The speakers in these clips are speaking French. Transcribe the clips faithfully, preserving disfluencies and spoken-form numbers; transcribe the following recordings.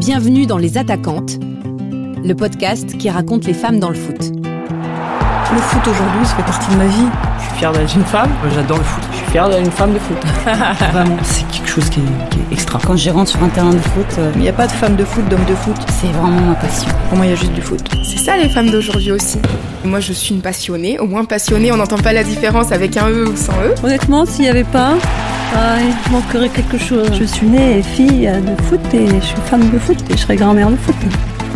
Bienvenue dans Les Attaquantes, le podcast qui raconte les femmes dans le foot. Le foot aujourd'hui, ça fait partie de ma vie. Je suis fière d'être une femme, j'adore le foot. Je suis fière d'être une femme de foot. Vraiment, c'est quelque chose qui est, qui est extra. Quand je rentre sur un terrain de foot, il euh, n'y a pas de femme de foot, d'homme de foot. C'est vraiment ma passion. Pour moi, il y a juste du foot. C'est ça les femmes d'aujourd'hui aussi. Moi, je suis une passionnée. Au moins passionnée, on n'entend pas la différence avec un E ou sans E. Honnêtement, s'il n'y avait pas, ah, il manquerait quelque chose. Je suis née fille de foot et je suis femme de foot et je serai grand-mère de foot.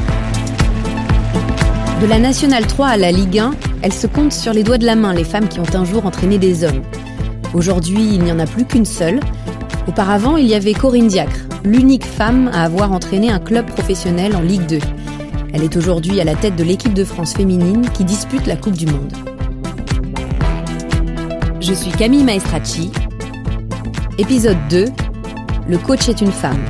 De la Nationale trois à la Ligue un, elles se comptent sur les doigts de la main les femmes qui ont un jour entraîné des hommes. Aujourd'hui, il n'y en a plus qu'une seule. Auparavant, il y avait Corinne Diacre, l'unique femme à avoir entraîné un club professionnel en Ligue deux. Elle est aujourd'hui à la tête de l'équipe de France féminine qui dispute la Coupe du Monde. Je suis Camille Maestracci. Épisode deux, le coach est une femme.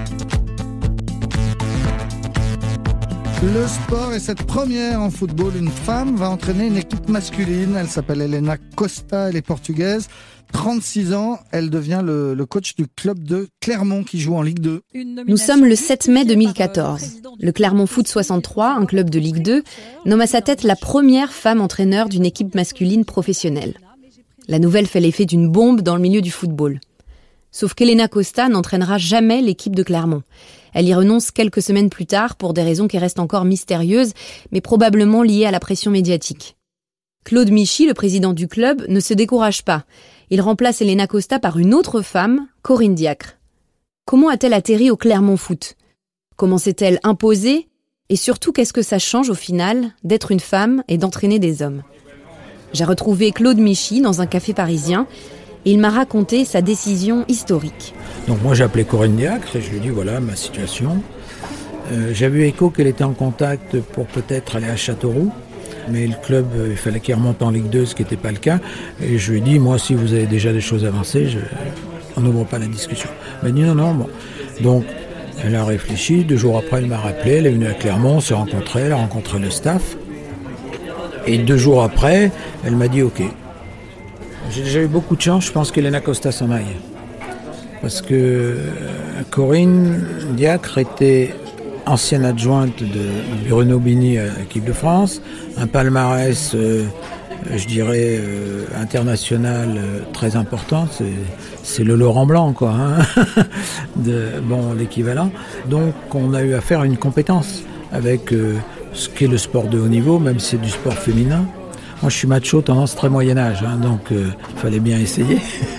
Le sport est cette première en football. Une femme va entraîner une équipe masculine. Elle s'appelle Helena Costa, elle est portugaise. trente-six ans, elle devient le, le coach du club de Clermont qui joue en Ligue deux. Nous sommes le sept mai deux mille quatorze. Le Clermont Foot soixante-trois, un club de Ligue deux, nomme à sa tête la première femme entraîneur d'une équipe masculine professionnelle. La nouvelle fait l'effet d'une bombe dans le milieu du football. Sauf qu'Helena Costa n'entraînera jamais l'équipe de Clermont. Elle y renonce quelques semaines plus tard pour des raisons qui restent encore mystérieuses, mais probablement liées à la pression médiatique. Claude Michy, le président du club, ne se décourage pas. Il remplace Helena Costa par une autre femme, Corinne Diacre. Comment a-t-elle atterri au Clermont Foot ? Comment s'est-elle imposée ? Et surtout, qu'est-ce que ça change au final d'être une femme et d'entraîner des hommes ? J'ai retrouvé Claude Michy dans un café parisien et il m'a raconté sa décision historique. Donc moi j'ai appelé Corinne Diacre et je lui ai dit voilà ma situation. Euh, j'avais eu écho qu'elle était en contact pour peut-être aller à Châteauroux, mais le club, euh, il fallait qu'il remonte en Ligue deux, ce qui n'était pas le cas. Et je lui ai dit moi si vous avez déjà des choses avancées, je... on n'ouvre pas la discussion. Elle m'a dit non, non, bon. Donc elle a réfléchi, deux jours après elle m'a rappelé, elle est venue à Clermont, on s'est rencontrés, elle a rencontré le staff. Et deux jours après, elle m'a dit ok. J'ai déjà eu beaucoup de chance, je pense qu'Helena Costa s'en aille. Parce que Corinne Diacre était ancienne adjointe de Bruno Bini à l'équipe de France, un palmarès, euh, je dirais, euh, international euh, très important, c'est, c'est le Laurent Blanc, quoi, hein de, bon, l'équivalent. Donc on a eu affaire à une compétence avec euh, ce qu'est le sport de haut niveau, même si c'est du sport féminin. Moi, je suis macho, tendance très Moyen-Âge, hein, donc il euh, fallait bien essayer.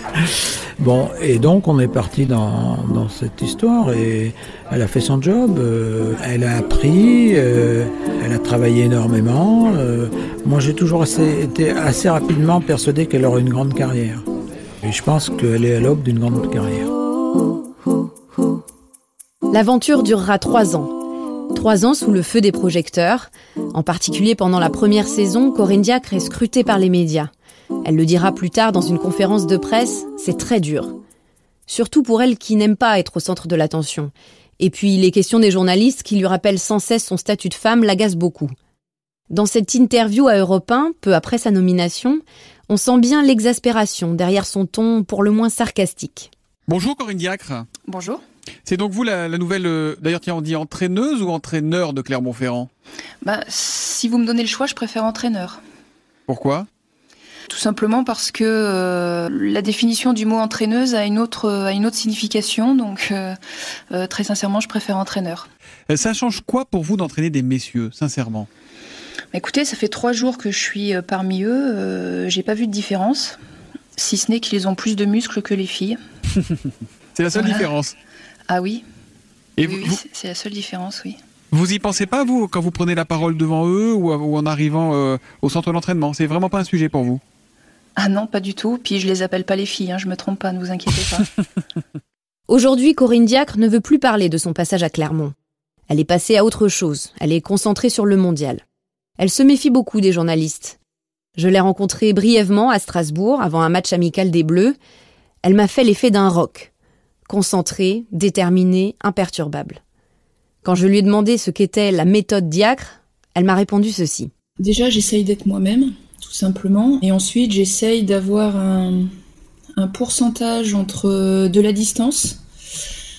Bon, et donc, on est parti dans, dans cette histoire, et elle a fait son job, euh, elle a appris, euh, elle a travaillé énormément. Euh, moi, j'ai toujours assez, été assez rapidement persuadé qu'elle aurait une grande carrière. Et je pense qu'elle est à l'aube d'une grande carrière. L'aventure durera trois ans. Trois ans sous le feu des projecteurs. En particulier pendant la première saison, Corinne Diacre est scrutée par les médias. Elle le dira plus tard dans une conférence de presse, c'est très dur. Surtout pour elle qui n'aime pas être au centre de l'attention. Et puis les questions des journalistes qui lui rappellent sans cesse son statut de femme l'agacent beaucoup. Dans cette interview à Europe un, peu après sa nomination, on sent bien l'exaspération derrière son ton pour le moins sarcastique. Bonjour Corinne Diacre. Bonjour. C'est donc vous la, la nouvelle, euh, d'ailleurs tiens on dit entraîneuse ou entraîneur de Clermont-Ferrand ? Bah, si vous me donnez le choix, je préfère entraîneur. Pourquoi ? Tout simplement parce que euh, la définition du mot entraîneuse a une autre, a une autre signification, donc euh, euh, très sincèrement, je préfère entraîneur. Ça change quoi pour vous d'entraîner des messieurs, sincèrement ? Écoutez, ça fait trois jours que je suis parmi eux, euh, j'ai pas vu de différence, si ce n'est qu'ils ont plus de muscles que les filles. C'est la seule voilà. différence ? Ah oui, Et oui, vous, oui c'est la seule différence, oui. Vous y pensez pas, vous, quand vous prenez la parole devant eux ou, ou en arrivant euh, au centre d'entraînement ? C'est vraiment pas un sujet pour vous ? Ah non, pas du tout. Puis je les appelle pas les filles, hein, je me trompe pas, ne vous inquiétez pas. Aujourd'hui, Corinne Diacre ne veut plus parler de son passage à Clermont. Elle est passée à autre chose, elle est concentrée sur le mondial. Elle se méfie beaucoup des journalistes. Je l'ai rencontrée brièvement à Strasbourg, avant un match amical des Bleus. Elle m'a fait l'effet d'un roc. Concentrée, déterminée, imperturbable. Quand je lui ai demandé ce qu'était la méthode Diacre, elle m'a répondu ceci. Déjà, j'essaye d'être moi-même, tout simplement. Et ensuite, j'essaye d'avoir un, un pourcentage entre de la distance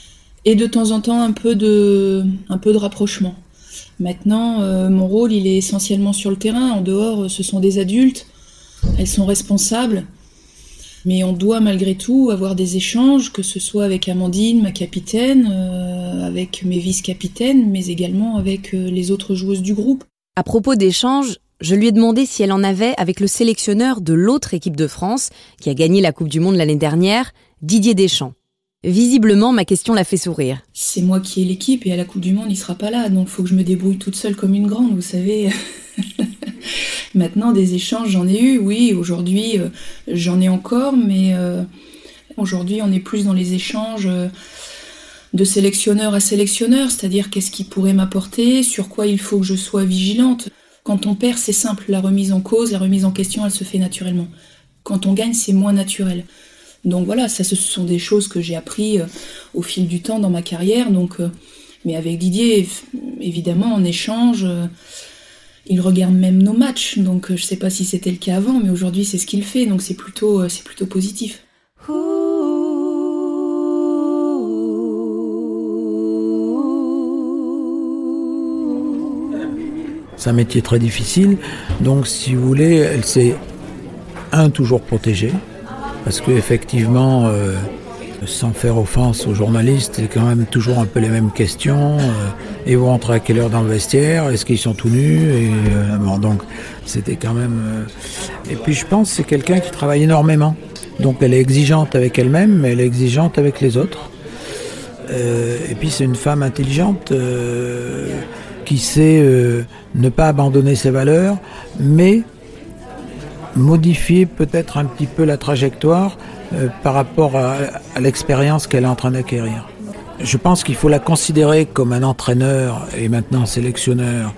et de temps en temps un peu de, un peu de rapprochement. Maintenant, euh, mon rôle, il est essentiellement sur le terrain. En dehors, ce sont des adultes, elles sont responsables. Mais on doit malgré tout avoir des échanges, que ce soit avec Amandine, ma capitaine, euh, avec mes vice-capitaines, mais également avec euh, les autres joueuses du groupe. À propos d'échanges, je lui ai demandé si elle en avait avec le sélectionneur de l'autre équipe de France, qui a gagné la Coupe du Monde l'année dernière, Didier Deschamps. Visiblement, ma question l'a fait sourire. C'est moi qui ai l'équipe et à la Coupe du Monde, il sera pas là, donc il faut que je me débrouille toute seule comme une grande, vous savez. Maintenant, des échanges, j'en ai eu, oui. Aujourd'hui, euh, j'en ai encore, mais euh, aujourd'hui, on est plus dans les échanges euh, de sélectionneur à sélectionneur, c'est-à-dire qu'est-ce qui pourrait m'apporter, sur quoi il faut que je sois vigilante. Quand on perd, c'est simple, la remise en cause, la remise en question, elle se fait naturellement. Quand on gagne, c'est moins naturel. Donc voilà, ça, ce sont des choses que j'ai appris euh, au fil du temps dans ma carrière. Donc, euh, mais avec Didier, évidemment, on échange. Euh, il regarde même nos matchs, donc euh, je sais pas si c'était le cas avant, mais aujourd'hui c'est ce qu'il fait, donc c'est plutôt, euh, c'est plutôt positif. C'est un métier très difficile, donc si vous voulez, elle s'est, un, toujours protégée, parce qu'effectivement, euh, sans faire offense aux journalistes, c'est quand même toujours un peu les mêmes questions. Euh, ils vont rentrer à quelle heure dans le vestiaire? Est-ce qu'ils sont tout nus? Et, euh, bon, donc, c'était quand même... Euh... Et puis, je pense que c'est quelqu'un qui travaille énormément. Donc, elle est exigeante avec elle-même, mais elle est exigeante avec les autres. Euh, et puis, c'est une femme intelligente euh, qui sait euh, ne pas abandonner ses valeurs, mais modifier peut-être un petit peu la trajectoire euh, par rapport à, à l'expérience qu'elle est en train d'acquérir. Je pense qu'il faut la considérer comme un entraîneur et maintenant sélectionneur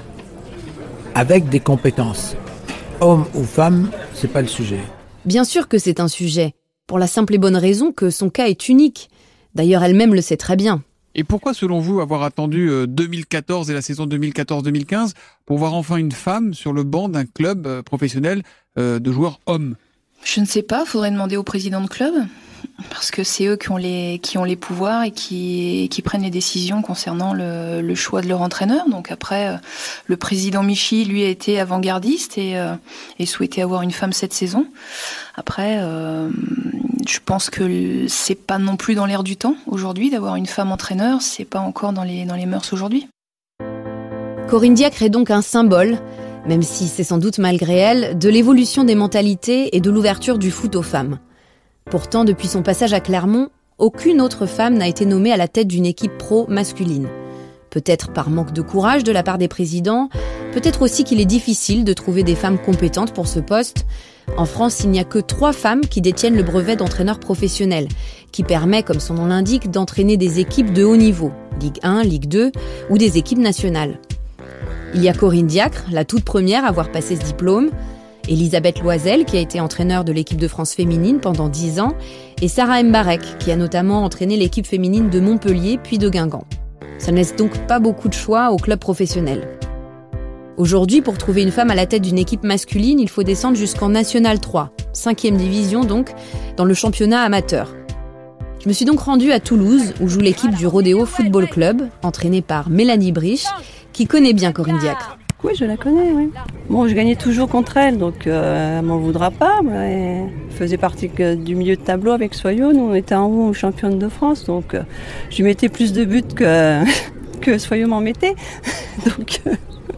avec des compétences. Homme ou femme, c'est pas le sujet. Bien sûr que c'est un sujet, pour la simple et bonne raison que son cas est unique. D'ailleurs, elle-même le sait très bien. Et pourquoi, selon vous, avoir attendu deux mille quatorze et la saison deux mille quatorze deux mille quinze pour voir enfin une femme sur le banc d'un club professionnel de joueurs hommes? Je ne sais pas, faudrait demander au président de club, parce que c'est eux qui ont les, qui ont les pouvoirs et qui, qui prennent les décisions concernant le, le choix de leur entraîneur. Donc après, le président Michi, lui, a été avant-gardiste et, et souhaitait avoir une femme cette saison. Après, euh, je pense que c'est pas non plus dans l'air du temps aujourd'hui d'avoir une femme entraîneur, c'est pas encore dans les, dans les mœurs aujourd'hui. Corinne Diacre est donc un symbole, même si c'est sans doute malgré elle, de l'évolution des mentalités et de l'ouverture du foot aux femmes. Pourtant, depuis son passage à Clermont, aucune autre femme n'a été nommée à la tête d'une équipe pro masculine. Peut-être par manque de courage de la part des présidents, peut-être aussi qu'il est difficile de trouver des femmes compétentes pour ce poste. En France, il n'y a que trois femmes qui détiennent le brevet d'entraîneur professionnel, qui permet, comme son nom l'indique, d'entraîner des équipes de haut niveau, Ligue un, Ligue deux ou des équipes nationales. Il y a Corinne Diacre, la toute première à avoir passé ce diplôme, Elisabeth Loisel, qui a été entraîneur de l'équipe de France féminine pendant dix ans, et Sarah Mbarek, qui a notamment entraîné l'équipe féminine de Montpellier puis de Guingamp. Ça ne laisse donc pas beaucoup de choix au club professionnel. Aujourd'hui, pour trouver une femme à la tête d'une équipe masculine, il faut descendre jusqu'en National trois, cinquième division donc, dans le championnat amateur. Je me suis donc rendue à Toulouse, où joue l'équipe du Rodéo Football Club, entraînée par Mélanie Brich, qui connaît bien Corinne Diacre. Oui, je la connais, oui. Bon, je gagnais toujours contre elle, donc euh, elle m'en voudra pas. Mais elle faisait partie que du milieu de tableau avec Soyaux. Nous, on était en haut championne de France, donc euh, je lui mettais plus de buts que, que Soyaux m'en mettait. donc... Euh...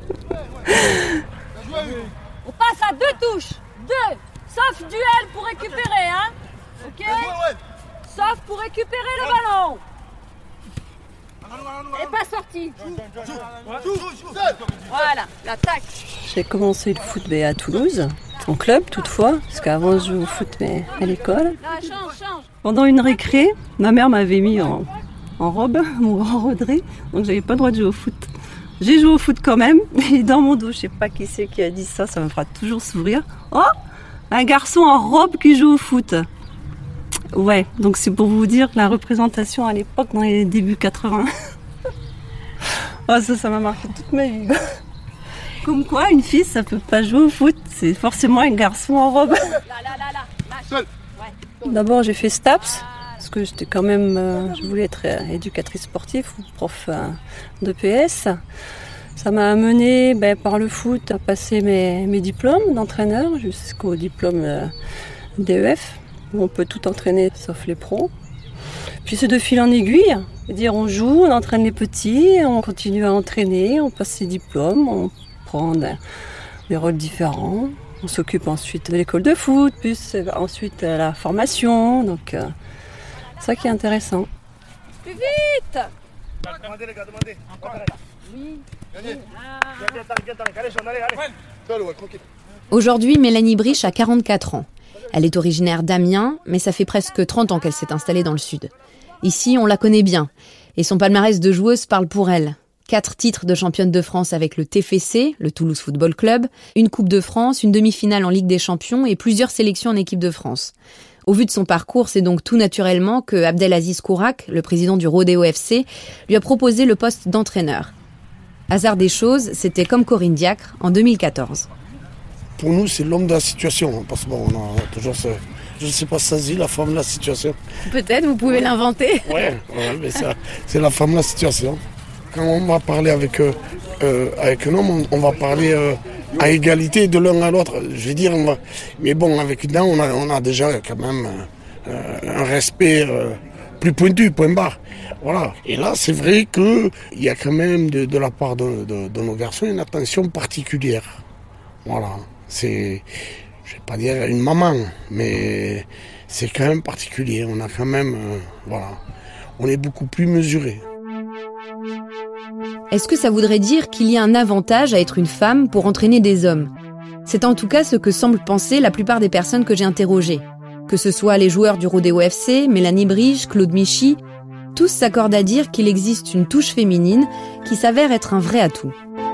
On passe à deux touches, deux, sauf duel pour récupérer, hein, ok, sauf pour récupérer le ballon. Et pas sorti. Voilà, l'attaque. J'ai commencé le foot à Toulouse, en club toutefois, parce qu'avant je jouais au foot mais à l'école. Pendant une récré, ma mère m'avait mis en, en robe, mon grand rodré, donc j'avais pas le droit de jouer au foot. J'ai joué au foot quand même, et dans mon dos, je sais pas qui c'est qui a dit ça, ça me fera toujours sourire. Oh, un garçon en robe qui joue au foot. Ouais, donc c'est pour vous dire la représentation à l'époque, dans les débuts quatre-vingts. Oh, ça, ça m'a marqué toute ma vie. Comme quoi, une fille, ça peut pas jouer au foot, c'est forcément un garçon en robe. D'abord, j'ai fait STAPS, parce que j'étais quand même, euh, je voulais être éducatrice sportive ou prof euh, de P S. Ça m'a amené ben, par le foot à passer mes, mes diplômes d'entraîneur jusqu'au diplôme euh, D E F, où on peut tout entraîner sauf les pros. Puis c'est de fil en aiguille, c'est-à-dire on joue, on entraîne les petits, on continue à entraîner, on passe ses diplômes, on prend des rôles différents. On s'occupe ensuite de l'école de foot, puis ensuite la formation, donc euh, c'est ça qui est intéressant. Plus vite! Demandez les gars, demandez. Oui. Aujourd'hui, Mélanie Brich a quarante-quatre ans. Elle est originaire d'Amiens, mais ça fait presque trente ans qu'elle s'est installée dans le Sud. Ici, on la connaît bien, et son palmarès de joueuse parle pour elle. Quatre titres de championne de France avec le T F C, le Toulouse Football Club, une Coupe de France, une demi-finale en Ligue des Champions et plusieurs sélections en équipe de France. Au vu de son parcours, c'est donc tout naturellement que Abdelaziz Kourak, le président du Rodeo F C, lui a proposé le poste d'entraîneur. Hasard des choses, c'était comme Corinne Diacre en deux mille quatorze. Pour nous, c'est l'homme de la situation, parce que bon, on a toujours ce... Je ne sais pas si ça se dit, la femme de la situation. Peut-être, vous pouvez l'inventer. Ouais, ouais, mais ça, c'est la femme de la situation. Quand on va parler avec, euh, euh, avec un homme, on, on va parler euh, à égalité de l'un à l'autre. Je veux dire, on va... mais bon, avec une dame, on a, on a déjà quand même euh, un respect euh, plus pointu, point barre. Voilà. Et là, c'est vrai qu'il y a quand même de, de la part de, de, de nos garçons une attention particulière. Voilà. C'est, je ne vais pas dire une maman, mais c'est quand même particulier. On a quand même, euh, voilà, on est beaucoup plus mesuré. Est-ce que ça voudrait dire qu'il y a un avantage à être une femme pour entraîner des hommes ? C'est en tout cas ce que semblent penser la plupart des personnes que j'ai interrogées. Que ce soit les joueurs du Rodeo F C, Mélanie Brich, Claude Michy, tous s'accordent à dire qu'il existe une touche féminine qui s'avère être un vrai atout.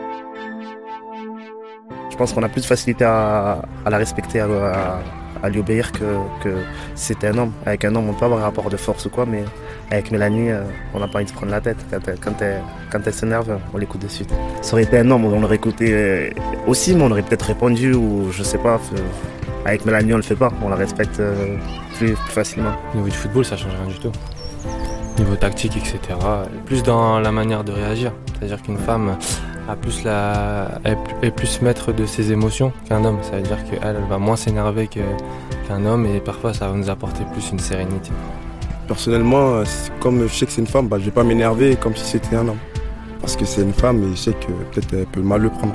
Je pense qu'on a plus de facilité à, à la respecter, à, à, à lui obéir que, que si c'était un homme. Avec un homme, on peut avoir un rapport de force ou quoi, mais avec Mélanie, on n'a pas envie de se prendre la tête. Quand elle, quand elle, quand elle s'énerve, on l'écoute de suite. Ça aurait été un homme, on l'aurait écouté aussi, mais on aurait peut-être répondu, ou je sais pas. Avec Mélanie, on le fait pas, on la respecte plus, plus facilement. Au niveau du football, ça change rien du tout. Niveau tactique, et cetera. Plus dans la manière de réagir. C'est-à-dire qu'une femme a plus la, est plus maître de ses émotions qu'un homme. Ça veut dire qu'elle elle va moins s'énerver que, qu'un homme et parfois ça va nous apporter plus une sérénité. Personnellement, comme je sais que c'est une femme, bah, je ne vais pas m'énerver comme si c'était un homme. Parce que c'est une femme et je sais que peut-être elle peut mal le prendre.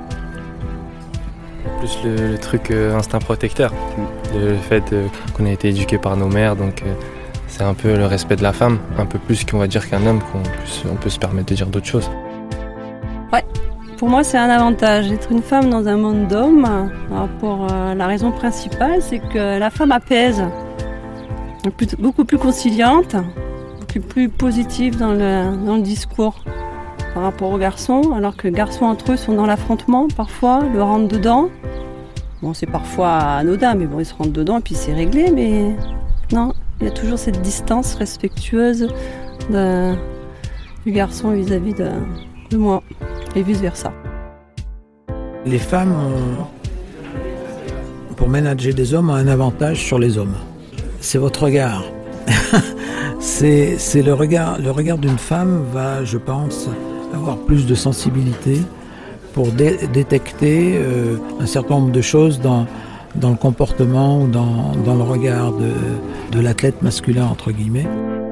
Plus le, le truc euh, instinct protecteur. Le fait euh, qu'on a été éduqués par nos mères, donc euh, c'est un peu le respect de la femme, un peu plus qu'on va dire qu'un homme, qu'on peut, on peut se permettre de dire d'autres choses. Ouais, pour moi c'est un avantage. Être une femme dans un monde d'hommes, pour euh, la raison principale, c'est que la femme apaise, plus, beaucoup plus conciliante, beaucoup plus positive dans le, dans le discours par rapport aux garçons, alors que les garçons entre eux sont dans l'affrontement parfois, le rentre dedans. Bon, c'est parfois anodin, mais bon, ils se rentrent dedans et puis c'est réglé, mais non, il y a toujours cette distance respectueuse de, du garçon vis-à-vis de, de moi, et vice-versa. Les femmes, ont, pour manager des hommes, ont un avantage sur les hommes. C'est votre regard. c'est, c'est le regard. Le regard d'une femme va, je pense, avoir plus de sensibilité pour dé- détecter euh, un certain nombre de choses dans, dans le comportement ou dans, dans le regard de, de l'athlète masculin, entre guillemets.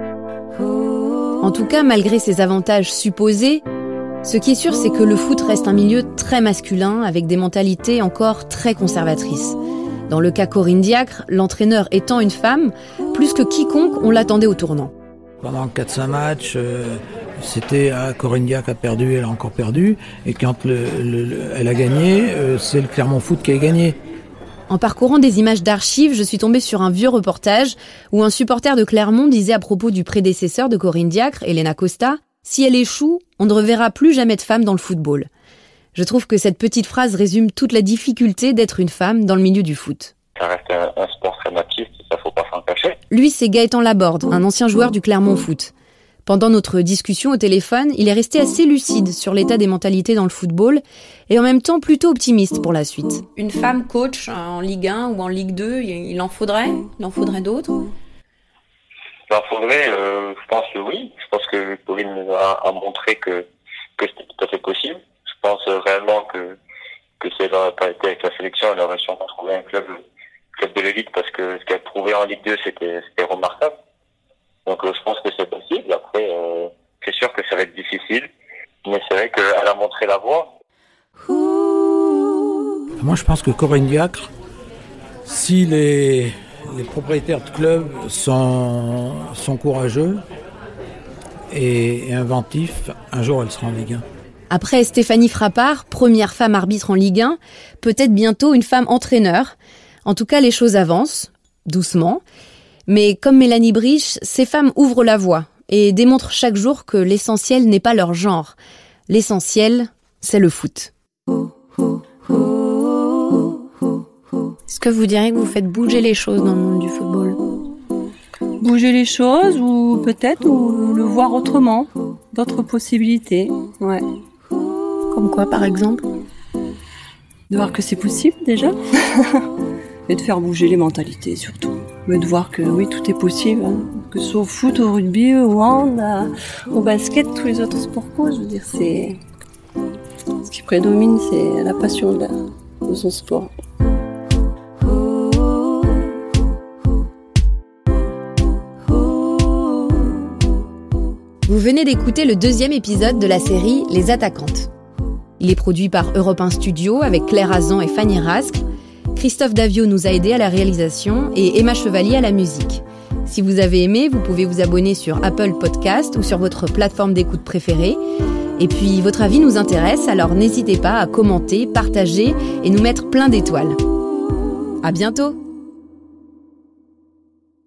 En tout cas, malgré ces avantages supposés, ce qui est sûr, c'est que le foot reste un milieu très masculin, avec des mentalités encore très conservatrices. Dans le cas Corinne Diacre, l'entraîneur étant une femme, plus que quiconque, on l'attendait au tournant. Pendant quatre cinq matchs, euh, c'était ah, Corinne Diacre a perdu, elle a encore perdu. Et quand le, le, le, elle a gagné, euh, c'est le Clermont Foot qui a gagné. En parcourant des images d'archives, je suis tombée sur un vieux reportage où un supporter de Clermont disait à propos du prédécesseur de Corinne Diacre, Elena Costa, « Si elle échoue, on ne reverra plus jamais de femme dans le football ». Je trouve que cette petite phrase résume toute la difficulté d'être une femme dans le milieu du foot. Ça reste un, un sport très machiste, ça faut pas s'en cacher. Lui, c'est Gaëtan Laborde, un ancien joueur du Clermont Foot. Pendant notre discussion au téléphone, il est resté assez lucide sur l'état des mentalités dans le football et en même temps plutôt optimiste pour la suite. Une femme coach en Ligue un ou en Ligue deux, il en faudrait ? Il en faudrait d'autres ? Ben, faudrait, euh, je pense que oui. Je pense que Corinne nous a, a montré que, que c'était tout à fait possible. Je pense euh, réellement que, que si elle n'aurait pas été avec la sélection, elle aurait sûrement trouvé un club, club de l'élite parce que ce qu'elle prouvait en Ligue deux, c'était, c'était remarquable. Donc, euh, je pense que c'est possible. Après, euh, c'est sûr que ça va être difficile. Mais c'est vrai qu'elle a montré la voie. Moi, je pense que Corinne Diacre, si les, les propriétaires de clubs sont, sont courageux et, et inventifs, un jour, elle sera en Ligue un. Après Stéphanie Frappart, première femme arbitre en Ligue un, peut-être bientôt une femme entraîneur. En tout cas, les choses avancent, doucement. Mais comme Mélanie Brich, ces femmes ouvrent la voie et démontrent chaque jour que l'essentiel n'est pas leur genre. L'essentiel, c'est le foot. Est-ce que vous diriez que vous faites bouger les choses dans le monde du football ? Bouger les choses ou peut-être ou le voir autrement, d'autres possibilités, ouais. Comme quoi, par exemple ? De voir que c'est possible déjà et de faire bouger les mentalités surtout. Mais de voir que oui, tout est possible, hein. Que ce soit au foot, au rugby, au hand, à, au basket, tous les autres sports quoi. Je veux dire, c'est ce qui prédomine, c'est la passion de, la... de son sport. Vous venez d'écouter le deuxième épisode de la série Les Attaquantes. Il est produit par Europe un Studio avec Claire Azan et Fanny Rask. Christophe Davio nous a aidés à la réalisation et Emma Chevalier à la musique. Si vous avez aimé, vous pouvez vous abonner sur Apple Podcast ou sur votre plateforme d'écoute préférée. Et puis, votre avis nous intéresse, alors n'hésitez pas à commenter, partager et nous mettre plein d'étoiles. À bientôt!